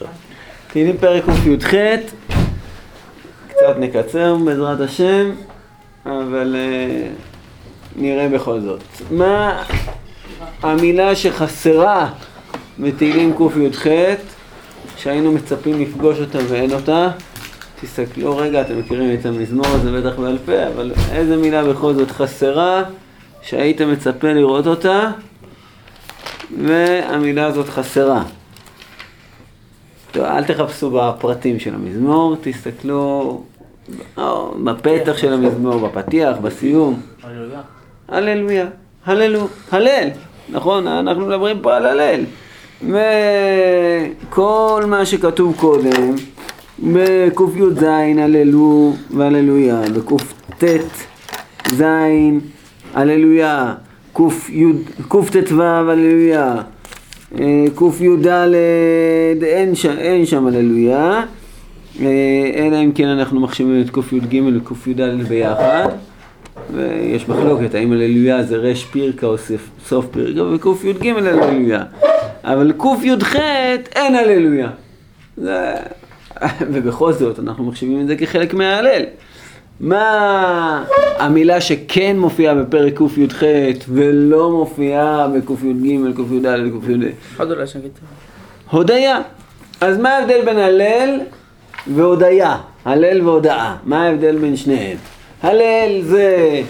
עכשיו. תהילים פרק קי"ח, קצת נקצר בעזרת השם, אבל נראה בכל זאת. מה המילה שחסרה בתהילים קי"ח, שהיינו מצפים לפגוש אותה ואין אותה? תסתכלו רגע, אתם מכירים את המזמור הזה בטח בעל פה, אבל איזה מילה בכל זאת חסרה שהיית מצפה לראות אותה, והמילה הזאת חסרה. טוב, אל תחפשו בפרטים של המזמור, תסתכלו בפתח של המזמור, בפתיח, בסיום. הללויה. הלל. נכון, אנחנו מדברים פה על הלל. וכל מה שכתוב קודם, בק"ז הללו והללויה, בק"ט ז הללויה, ק"ט"ו הללויה, קי"ד אין שם הללויה, אלא אם כן אנחנו מחשיבים את קי"ג וקי"ד ביחד, ויש מחלוקת האם הללויה זה רש פירקה או סוף פירקה, וקי"ג הללויה, אבל קי"ח אין הללויה, ובכל זאת אנחנו מחשיבים את זה כחלק מההלל. מה המילה שכן מופיעה בפרק קי"ח ולא מופיעה בקי"ג, קי"ד וקי"ד? הודיה. אז מה ההבדל בין הלל והודיה? הלל והודאה. מה ההבדל בין שניהם? הלל זה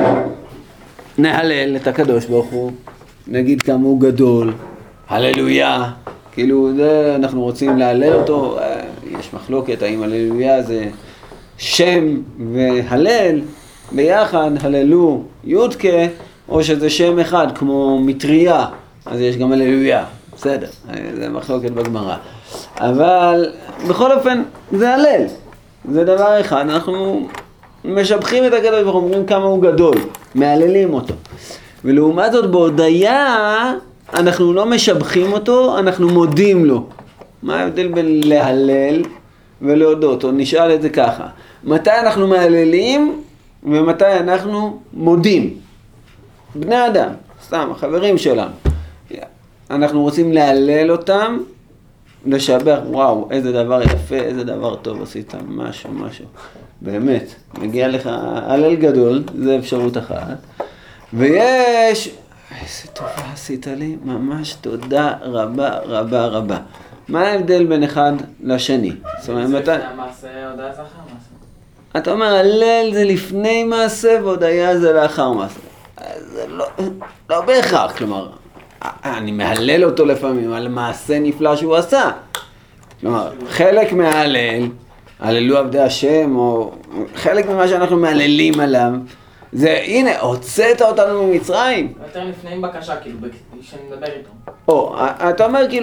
נהלל את הקדוש ברוך הוא, נגיד כמה הוא גדול, הללויה, כאילו זה אנחנו רוצים להלל אותו, יש מחלוקת האם הללויה זה שם והלל ביחד, הללו יודקה, או שזה שם אחד כמו מטריה, אז יש גם הללויה, בסדר, זה מחלוקת בגמרא. אבל בכל אופן זה הלל, זה דבר אחד, אנחנו משבחים את הקדוש ברוך הוא, אומרים כמה הוא גדול, מהללים אותו. ולעומת זאת בהודיה אנחנו לא משבחים אותו, אנחנו מודים לו. מה ההבדל בין להלל ולהודות? או נשאל את זה ככה, מתי אנחנו מהללים ומתי אנחנו מודים? בני אדם, סתם, החברים שלנו. אנחנו רוצים להלל אותם, לשבח, וואו, איזה דבר יפה, איזה דבר טוב עשית, משהו. באמת, מגיע לך הלל גדול, זה אפשרות אחת. ויש, איזה טובה עשית לי, ממש תודה רבה. מה ההבדל בין אחד לשני? זאת אומרת, זה לפני המעשה, הודיה זה אחר מעשה. אתה אומר, הלל זה לפני מעשה והודיה זה לאחר מעשה. זה לא בהכרח, כלומר, אני מהלל אותו לפעמים על מעשה נפלא שהוא עשה. כלומר, חלק מההלל, הללו עבדי השם, או חלק ממה שאנחנו מהללים עליו, זה, הנה, הוצאת אותנו ממצרים. יותר לפני עם בקשה, כאילו, שאני מדבר איתו. או, אתה אומר, כאילו,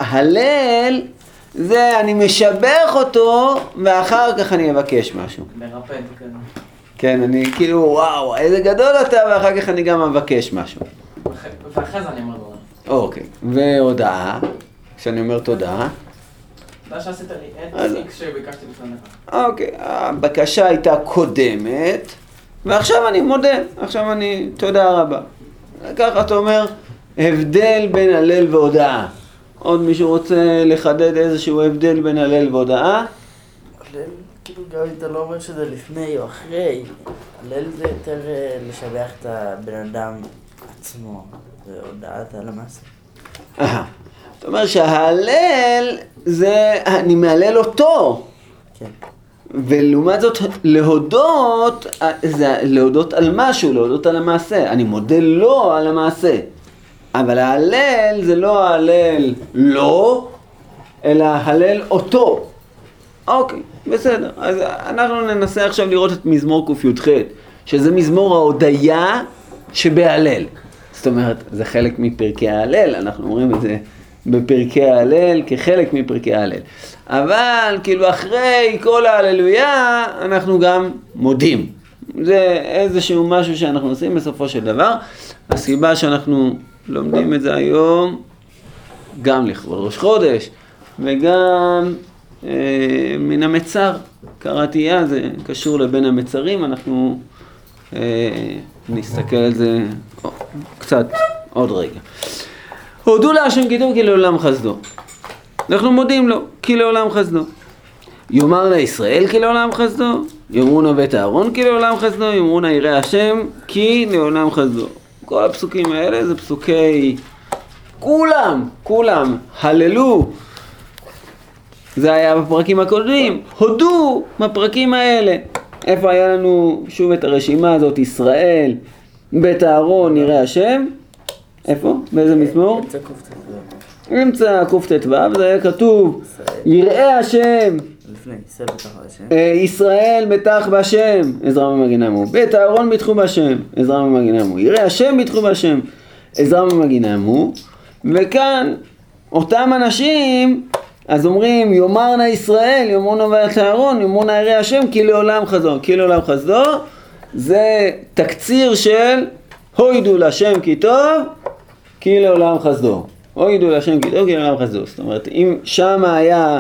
הלל, זה אני משבח אותו, ואחר כך אני אבקש משהו. מרפד כזה. כן, אני כאילו, וואו, איזה גדול אתה, ואחר כך אני גם אבקש משהו. ואחרי זה אני אומר דברים. אוקיי, והודעה, כשאני אומר תודה. תודה שעשית לי את איקס שביקשתי לפניך. אוקיי, הבקשה הייתה קודמת, ועכשיו אני מודה, עכשיו אני תודה רבה. ככה אתה אומר, הבדל בין הלל והודעה. עוד מישהו רוצה לחדד איזשהו הבדל בין הלל והודעה? הלל, כאילו גם אם אתה לא אומר שזה לפני או אחרי, הלל זה יותר לשבח את הבן אדם עצמו, והודעה זה על המעשה. זאת אומרת שההלל זה, אני מהלל אותו. כן. ולעומת זאת, להודות, זה להודות על משהו, להודות על המעשה. אני מודה לו על המעשה. אבל ההלל זה לא ההלל לא, אלא הלל אותו. אוקיי, בסדר. אז אנחנו ננסה עכשיו לראות את מזמור קי"ח, שזה מזמור ההודיה שבהלל. זאת אומרת, זה חלק מפרקי ההלל, אנחנו אומרים את זה בפרקי ההלל, כחלק מפרקי ההלל. אבל כאילו אחרי כל ההללויה, אנחנו גם מודים. זה איזשהו משהו שאנחנו עושים בסופו של דבר. הסיבה שאנחנו לומדים את זה היום, גם לכבוד ראש חודש, וגם מן המצר. קראתייה, זה קשור לבין המצרים, אנחנו נסתכל על זה קצת עוד רגע. הודו להשם כי טוב כי לעולם חסדו. אנחנו מודים לו, כי לעולם חסדו. יאמר לה ישראל כי לעולם חסדו, יאמרו נא בית אהרון כי לעולם חסדו, יאמרו נא ירא השם כי לעולם חסדו. כל הפסוקים האלה זה פסוקי כולם, הללו. זה היה בפרקים הקודמים, הודו בפרקים האלה. איפה היה לנו שוב את הרשימה הזאת? ישראל, בית אהרון, ירא השם. איפה? באיזה מזמור? אמצע קט"ו, זה היה כתוב יראה השם. לפני, ישראל בטח בהשם, עזרא ומגינמו. בית אהרון ביטחו בהשם, עזרא ומגינמו. יראה השם ביטחו בהשם, עזרא ומגינמו. וכאן אותם אנשים אז אומרים יאמר נא ישראל, יאמרו נא בית אהרון, יאמרו נא יראה השם כי לעולם חסדו. כי לעולם חסדו זה תקציר של הוידו להשם כי טוב כי לעולם חסדו. הוידו להשם כי טוב כי לעולם חסדו. זאת אומרת, אם שם היה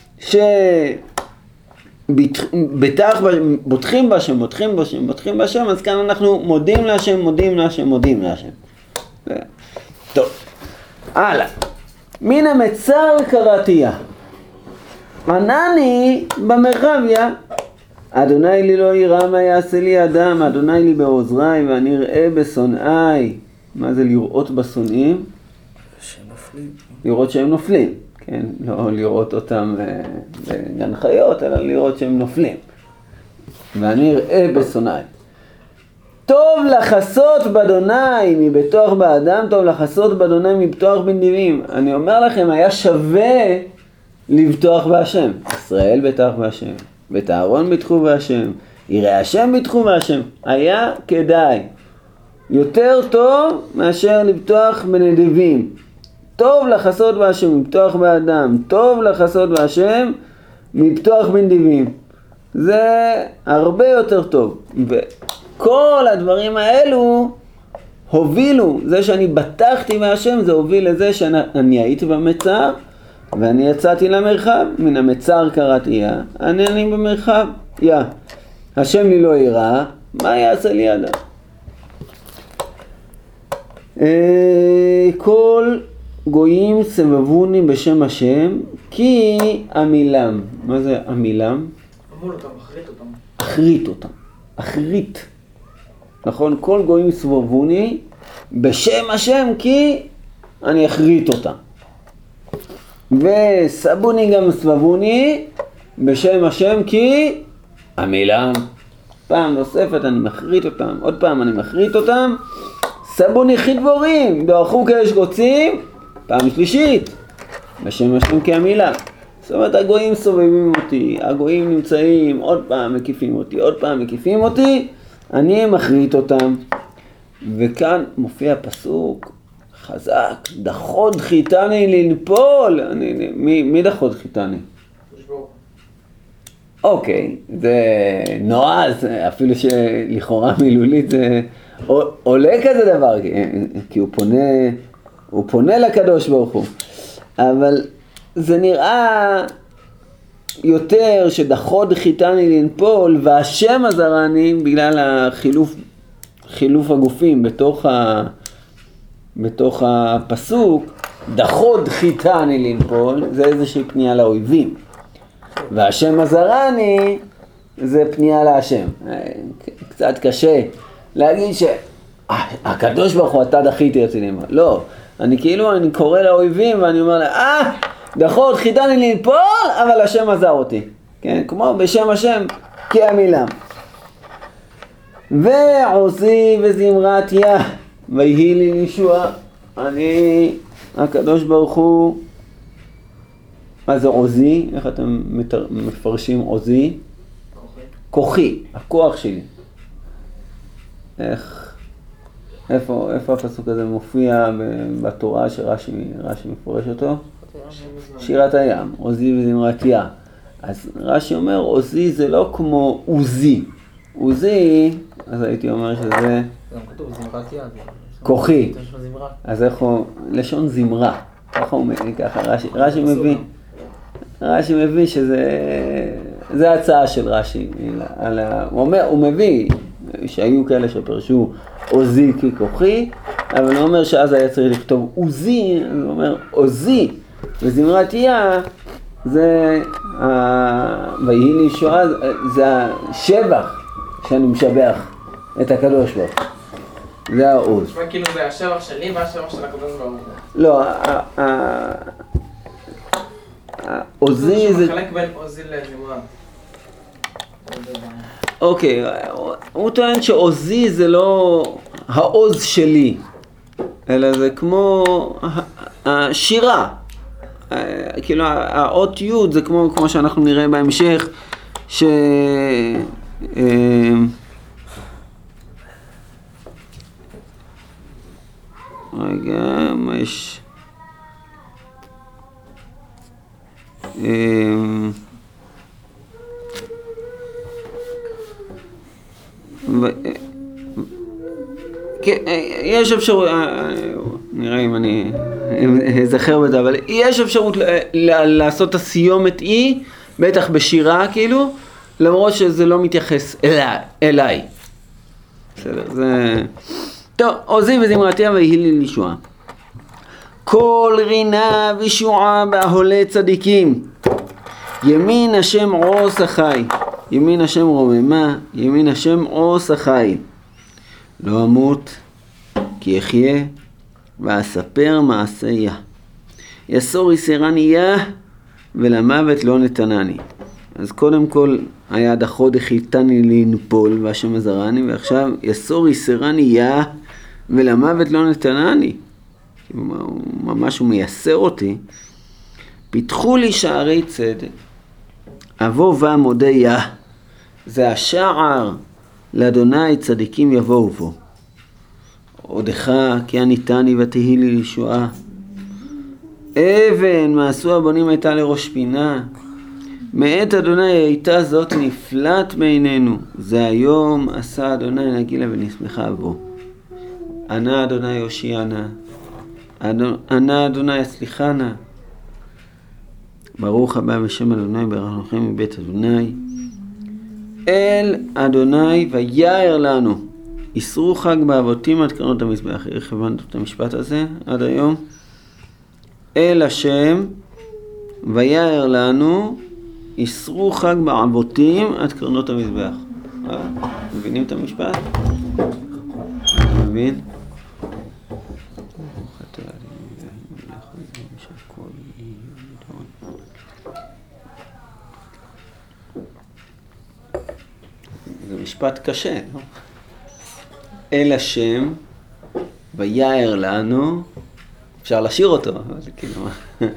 בוטחים בשם, אז כאן אנחנו מודים להשם. טוב, הלאה. מן המצר קראתיה, ענני במרחביה, אדוני לי לא ירא מה יעשה לי אדם, אדוני לי בעוזריי ואני אראה בשונאי. מה זה לראות בשונאים? לראות שהם נופלים, כן? לא לראות אותם בגן חיות, אלא לראות שהם נופלים. ואני אראה בשונאי. טוב לחסות באדוני מבטוח באדם, טוב לחסות באדוני מבטוח בנדיבים. אני אומר לכם, היה שווה לבטוח בהשם. ישראל בטח בהשם, בית אהרון בטחו בהשם, יראה השם בטחו בהשם. היה כדאי. יותר טוב מאשר לבטוח בנדיבים. טוב לחסות בהשם מבטוח באדם, טוב לחסות בהשם מבטוח בנדיבים. זה הרבה יותר טוב. וכל הדברים האלו הובילו, זה שאני בטחתי בהשם, זה הוביל לזה שאני הייתי במצר, ואני יצאתי למרחב. מן המצר קראתי אני במרחב. השם לי לא ירא, מה יעשה לי אדם? כל גויים סבבוני בשם השם כי עמילם. מה זה עמילם? אמרו אותם, אחרית אותם. אחרית. נכון? כל גויים סבבוני בשם השם כי אני אחרית אותם. וסבוני גם סבבוני בשם השם כי עמילם. פעם נוספת אני מחריט אותם, עוד פעם אני מחריט אותם. סבוני חדבורים, דרכו כאש קוצים, פעם שלישית, בשם השם כעמילם. זאת אומרת, הגויים סובבים אותי, הגויים נמצאים, עוד פעם מקיפים אותי, אני מחריט אותם. וכאן מופיע פסוק חזק, דחוד חיתני לנפול. מי דחוד חיתני? אוקיי, זה נועז, אפילו שלכאורה מילולית זה עולה כזה דבר, כי הוא פונה לקדוש ברוך הוא. אבל זה נראה יותר שדחוד חיתני לנפול, והשם עזרני בגלל חילוף הגופים בתוך הפסוק. דחוד חיתני לנפול זה איזושהי פנייה לאויבים, והשם עזרני זה פנייה להשם. קצת קשה להגיד שהקדוש ברוך הוא אתה דחיתי אותי לנפול. לא, אני קורא לאויבים ואני אומר לה, דחוד חיתני לנפול, אבל השם עזר אותי. כן, כמו בשם השם כעמילם. ועוזי וזמרתיה ויהי לי ישועה. אני, הקדוש ברוך הוא, מה זה עוזי? איך אתם מפרשים עוזי? כוחי, הכוח שלי. איפה הפסוק הזה מופיע בתורה שרש"י מפורש אותו? שירת הים, עוזי וזמרתיה. אז רש"י אומר, עוזי זה לא כמו עוזי. עוזי, אז הייתי אומר שזה גם כתוב זמרתיה. כוחי. אז איך הוא, לשון זמרה. ככה רש"י מביא שזה הצעה של רש"י. הוא מביא שהיו כאלה שפרשו עוזי ככוחי, אבל הוא אומר שאז היה צריך לכתוב עוזי, הוא אומר עוזי, וזמרת יה זה, ויהי לי ישועה, זה השבח שאני משבח את הקדוש ברוך הוא. זה העוז. נשמע כאילו זה השבח שלי והשבח של הקדוש ברוך הוא. לא, העוזי זה... מחלק בין עוזי לזמרה. אוקיי, הוא טוען שעוזי זה לא העוז שלי, אלא זה כמו השירה. כאילו האות י' זה כמו שאנחנו נראה בהמשך, רגע, מה יש? יש אפשרות, נראה אם אני אזכר בזה, אבל יש אפשרות לעשות את הסיומת אי, בטח בשירה כאילו, למרות שזה לא מתייחס אליי. בסדר, זה... טוב, עוזי וזמרתיה ויהי לי ישועה. כל רינה וישועה באהולי צדיקים. ימין השם עוס החי. ימין השם רוממה, ימין השם עוס החי. לא אמות כי אחיה ואספר מעשיה. יסור יסרני יה ולמוות לא נתנני. אז קודם כל היד החוד החילתני לנפול והשם עזרני, ועכשיו יסור יסרני יה ולמוות לא נתנני. ממש הוא מייסר אותי. פיתחו לי שערי צדק, אבוא ועמודי יה. זה השער לאדוני צדיקים יבואו בו. עודך כי עניתני ותהי לי לישועה. אבן מעשו הבונים הייתה לראש פינה. מאת אדוני הייתה זאת נפלט בעינינו. זה היום עשה אדוני נגילה ונשמחה בו. ענה אדוני הושיענה. ענה אדוני הצליחנה. ברוך הבא בשם אדוני ברככם מבית אדוני. אל אדוני ויער לנו. יסרו חג באבותים עד קרנות המזבח. איך הבנת את המשפט הזה עד היום? אל השם ויער לנו. יסרו חג באבותים עד קרנות המזבח. מבינים את המשפט? מבין? זה משפט קשה, לא? אל השם ויער לנו, אפשר לשיר אותו, אבל זה כאילו מה?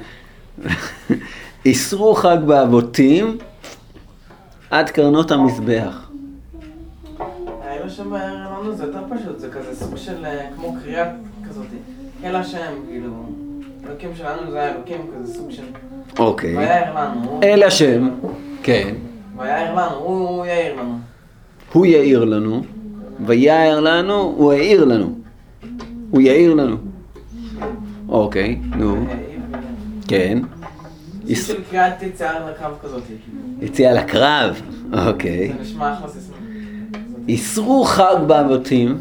יסרו חג באבותים עד קרנות המזבח. אל השם ויער לנו זה יותר פשוט, זה כזה סוג של כמו קריאה כזאת. אל השם, כאילו, אלוקים שלנו זה האלוקים, כזה סוג של... אוקיי. ויער לנו. אל השם, כן. ויער לנו, הוא יעיר לנו. הוא יעיר לנו, ויער לנו, הוא העיר לנו. הוא יעיר לנו. אוקיי, נו. כן. סוג של קריאת יציאה לקרב כזאת. יציאה לקרב, אוקיי. זה נשמע אחלה סיסמה. יסרו חג באבותים.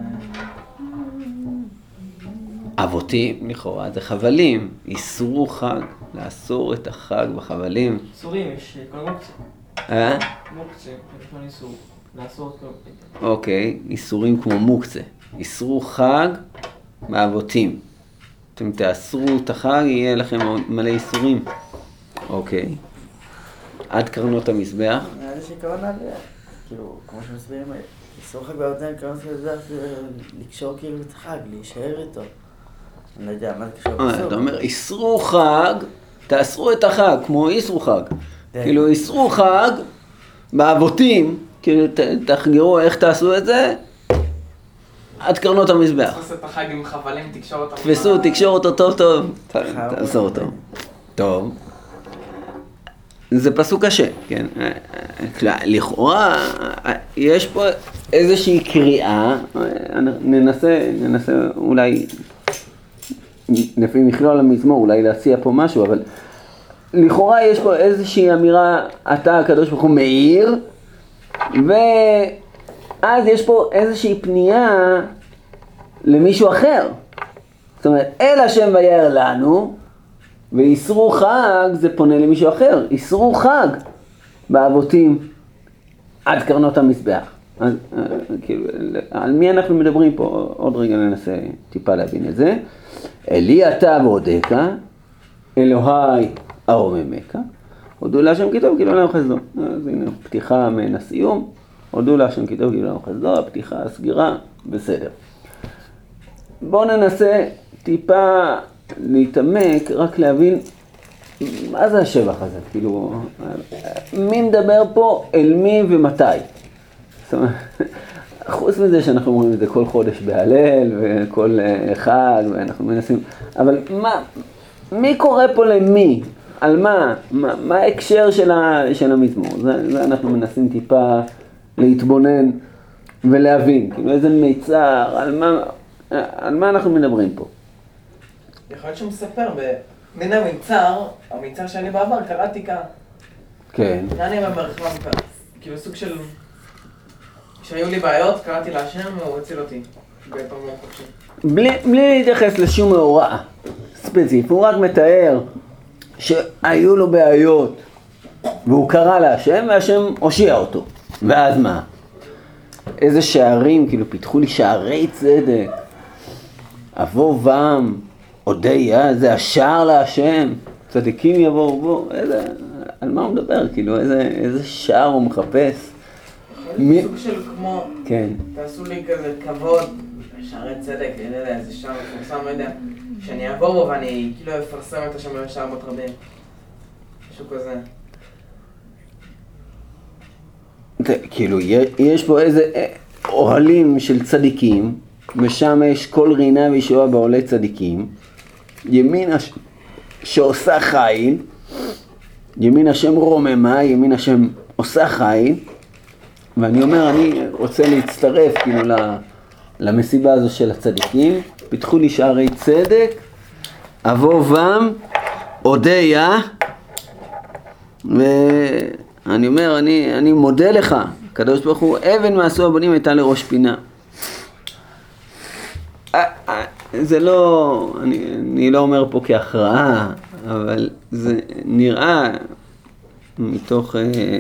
אבותים, לכאורה, זה חבלים. יסרו חג, לאסור את החג בחבלים. איסורים, יש כל מוקצה. מוקצה, יש איסור. לאסור את כל... אוקיי, איסורים כמו מוקצה. יסרו חג באבותים. אתם תאסרו את החג, יהיה לכם מלא איסורים. אוקיי. עד קרנות המזבח. נראה לי שכוונה, כאילו, כמו שמסבירים, איסור חג באבותים, קרנות המזבח זה לקשור כאילו את החג, להישאר איתו. אני לא יודע, מה זה קשור בסוף? אתה אומר, איסרו חג, תאסרו את החג, כמו איסרו חג. כאילו, איסרו חג באבותים, כאילו, תחגרו איך תעשו את זה, עד קרנות המזבח. תפסו את החג עם חבלים, תקשור אותו. תפסו, תקשור אותו טוב טוב. תעשור אותו. טוב. זה פסוק קשה, כן. לכאורה, יש פה איזושהי קריאה, ננסה אולי, לפי מכלול המזמור, אולי להציע פה משהו, אבל לכאורה יש פה איזושהי אמירה, אתה הקדוש ברוך הוא מאיר, ואז יש פה איזושהי פנייה למישהו אחר. זאת אומרת, אל השם ויער לנו, ויסרו חג זה פונה למישהו אחר, יסרו חג באבותים עד קרנות המזבח. אז כאילו, על מי אנחנו מדברים פה? עוד רגע ננסה טיפה להבין את זה. אלי אתה ועודך, אלוהי ארוממך, הודו להשם כי טוב כי לעולם חסדו. אז הנה פתיחה מן הסיום, הודו להשם כי טוב כי לעולם חסדו, הפתיחה, הסגירה, בסדר. בואו ננסה טיפה להתעמק, רק להבין מה זה השבח הזה, כאילו, מי מדבר פה, אל מי ומתי. זאת אומרת, חוץ מזה שאנחנו אומרים את זה כל חודש בהלל וכל חג ואנחנו מנסים, אבל מי קורא פה למי? על מה ההקשר של המזמור? זה אנחנו מנסים טיפה להתבונן ולהבין, כאילו איזה מיצר, על מה אנחנו מדברים פה. יכול להיות שהוא מספר, מן המיצר שאני בעבר קראתי כאן. כן. אני במרחב, כאילו סוג של... כשהיו לי בעיות, קראתי להשם והוא הציל אותי. בפעם חופשי. בלי להתייחס לשום מאורע ספציפי, הוא רק מתאר שהיו לו בעיות והוא קרא להשם והשם הושיע אותו. ואז מה? איזה שערים, כאילו פיתחו לי שערי צדק. אבוא ועם, אודיה, זה השער להשם. צדיקים יבואו בו, על מה הוא מדבר? כאילו איזה שער הוא מחפש? סוג של כמו, כן. תעשו לי כזה כבוד, שערי צדק, אני יודע, איזה שער מפורסם, לא יודע, שאני אעבור בו ואני כאילו אפרסם את השם בשער בות רבים. משהו כזה. כאילו, יש פה איזה אוהלים של צדיקים, ושם יש כל רינה וישועה בעולי צדיקים, ימין שעושה חיל, ימין השם רוממה, ימין השם עושה חיל, ואני אומר, אני רוצה להצטרף כאילו למסיבה הזו של הצדיקים, פיתחו לי שערי צדק, אבוא ועם, אודיה, ואני אומר, אני מודה לך, הקדוש ברוך הוא, אבן מעשו הבנים הייתה לראש פינה. זה לא, אני לא אומר פה כהכרעה, אבל זה נראה מתוך,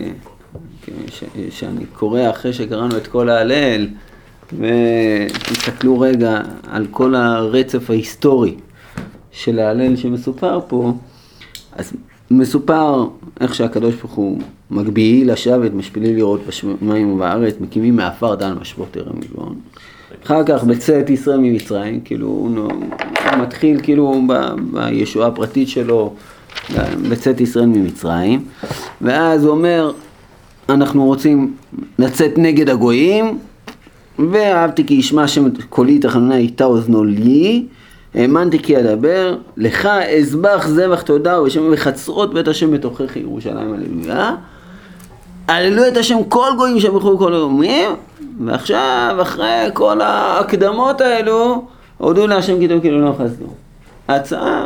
שאני קורא אחרי שקראנו את כל ההלל, ותסתכלו רגע על כל הרצף ההיסטורי של ההלל שמסופר פה, אז מסופר איך שהקדוש ברוך הוא מגביהי לשבת, משפילי לראות בשמיים ובארץ, מקימים מעפר דן משפות ערם מגבעון. אחר כך בצאת ישראל ממצרים, כאילו הוא מתחיל כאילו בישועה הפרטית שלו, בצאת ישראל ממצרים, ואז הוא אומר, אנחנו רוצים לצאת נגד הגויים, ואהבתי כי ישמע שם קולי תחנונה איתה אוזנו לי, האמנתי כי אדבר, לך אזבח זבח תודה ובשם בחצרות בית השם בתוכך ירושלים, הללויה. הללו את השם כל גויים שבחו כל לאומים, ועכשיו אחרי כל ההקדמות האלו, הודו להשם כי טוב כי לעולם חסדו. ההצעה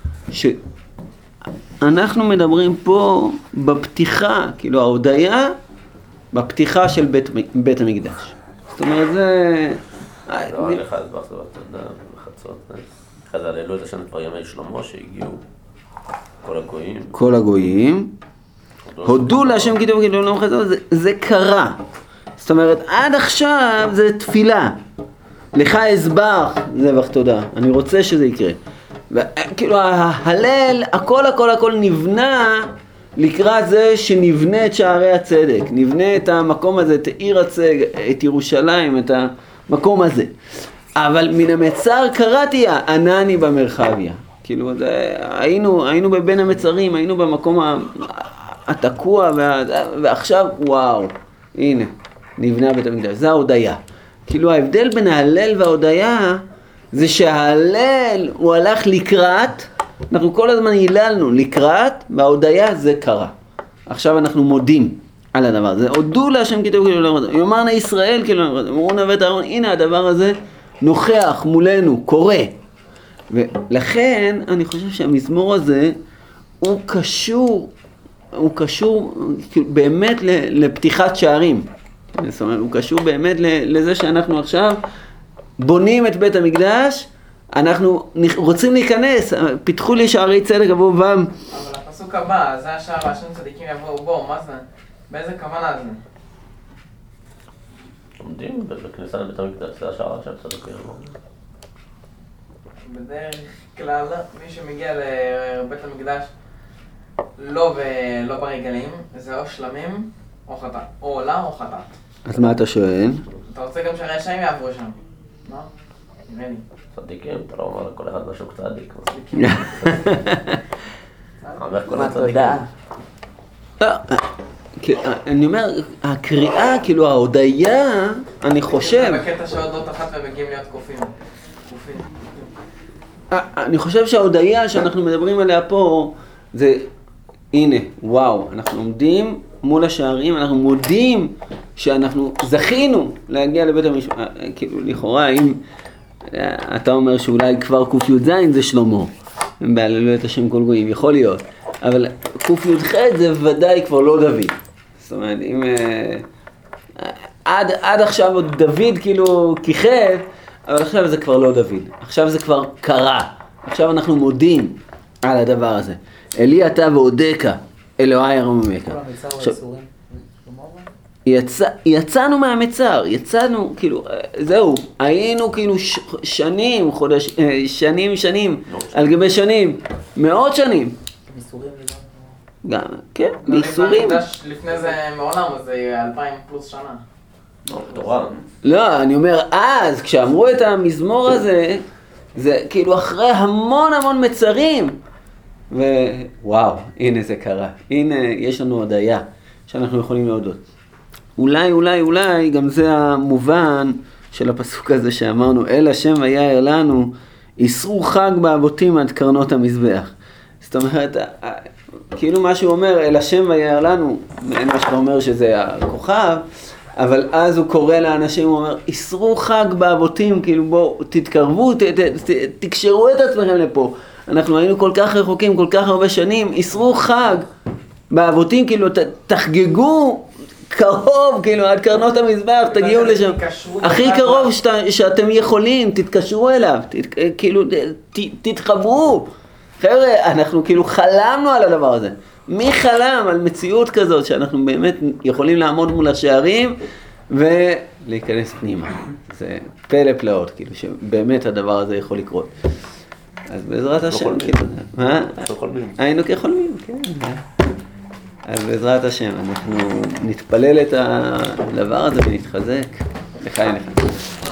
שאנחנו מדברים פה בפתיחה, כאילו ההודיה, בפתיחה של בית המקדש. זאת אומרת זה... לא, לך אזבח זבח תודה בחצרות. אחרי זה הללו את השם כבר ימי שלמה שהגיעו כל הגויים. כל הגויים. הודו להשם כי טוב כי לעולם חסדו, זה קרה. זאת אומרת, עד עכשיו זה תפילה. לך אזבח זבח תודה. אני רוצה שזה יקרה. כאילו ההלל, הכל נבנה לקראת זה שנבנה את שערי הצדק. נבנה את המקום הזה, את עיר הצדק, את ירושלים, את המקום הזה. אבל מן המצר קראתי ענני במרחביה. כאילו היינו בבין המצרים, היינו במקום התקוע, ועכשיו וואו, הנה, נבנה בית המקדש. זה ההודיה. כאילו ההבדל בין ההלל וההודיה זה שההלל הוא הלך לקראת, אנחנו כל הזמן היללנו לקראת, וההודיה זה קרה. עכשיו אנחנו מודים על הדבר הזה. הודו להשם כי טוב כי לעולם חסדו. יאמרנה ישראל כי לעולם חסדו. אמרו נווה אהרון, הנה הדבר הזה נוכח מולנו, קורה. ולכן אני חושב שהמזמור הזה הוא קשור באמת לפתיחת שערים. זאת אומרת, הוא קשור באמת לזה שאנחנו עכשיו בונים את בית המקדש, אנחנו רוצים להיכנס, פיתחו לי שערי צדק עבור בם. אבל הפסוק הבא, זה השער והשם צדיקים יבואו בו, מה זה? באיזה כוונה זה? עומדים בכניסה לבית המקדש, זה השער השם צדיקים יבואו. בדרך כלל, מי שמגיע לבית המקדש לא ברגלים, זה או שלמים או חטאת, או עולה או חטאת. אז מה אתה שואל? אתה רוצה גם שהרשעים יעברו שם, לא? נראה לי. צדיקים, אתה לא אומר לכל אחד משהו צדיק. מה תודה? אני אומר, הקריאה, כאילו ההודעה, אני חושב... בקטע שעוד לא תחת ומגיעים להיות קופים. אני חושב שההודעה שאנחנו מדברים עליה פה, זה, הנה, וואו, אנחנו עומדים מול השערים, אנחנו מודים שאנחנו זכינו להגיע לבית המשפט, כאילו, לכאורה, אם אתה אומר שאולי כבר ק"י"ז זה שלמה, בהללו את השם כל גויים, יכול להיות, אבל ק"י"ח זה ודאי כבר לא דוד. זאת אומרת, אם... עד עכשיו עוד דוד כאילו כיכב, אבל עכשיו זה כבר לא דוד, עכשיו זה כבר קרה, עכשיו אנחנו מודים על הדבר הזה. אלי אתה ועודקה, אלוהי ארוממך. יצאנו מהמצר, יצאנו, כאילו, זהו, היינו כאילו שנים, שנים, על גבי שנים, מאות שנים. גם, כן, בייסורים. לפני זה מעולם, אז זה 2000 פלוס שנה. לא, אני אומר, אז, כשאמרו את המזמור הזה, זה כאילו אחרי המון מצרים. ווואו, הנה זה קרה. הנה, יש לנו הודעה שאנחנו יכולים להודות. אולי, גם זה המובן של הפסוק הזה שאמרנו, אל השם ויער לנו, יסרו חג באבותים עד קרנות המזבח. זאת אומרת, כאילו מה שהוא אומר, אל השם ויער לנו, אין מה שאתה אומר שזה הכוכב, אבל אז הוא קורא לאנשים, הוא אומר, יסרו חג באבותים, כאילו בואו, תתקרבו, תקשרו את עצמכם לפה. אנחנו היינו כל כך רחוקים, כל כך הרבה שנים, יסרו חג באבותים, כאילו תחגגו קרוב, כאילו עד קרנות המזבח, תגיעו לשם. הכי קרוב שאתם יכולים, תתקשרו אליו, כאילו תתחברו. חבר'ה, אנחנו כאילו חלמנו על הדבר הזה. מי חלם על מציאות כזאת שאנחנו באמת יכולים לעמוד מול השערים ולהיכנס פנימה? זה פלא פלאות, כאילו שבאמת הדבר הזה יכול לקרות. אז בעזרת השם, היינו כחולמים, כן. אז בעזרת השם אנחנו נתפלל את הדבר הזה ונתחזק. לחיים לך.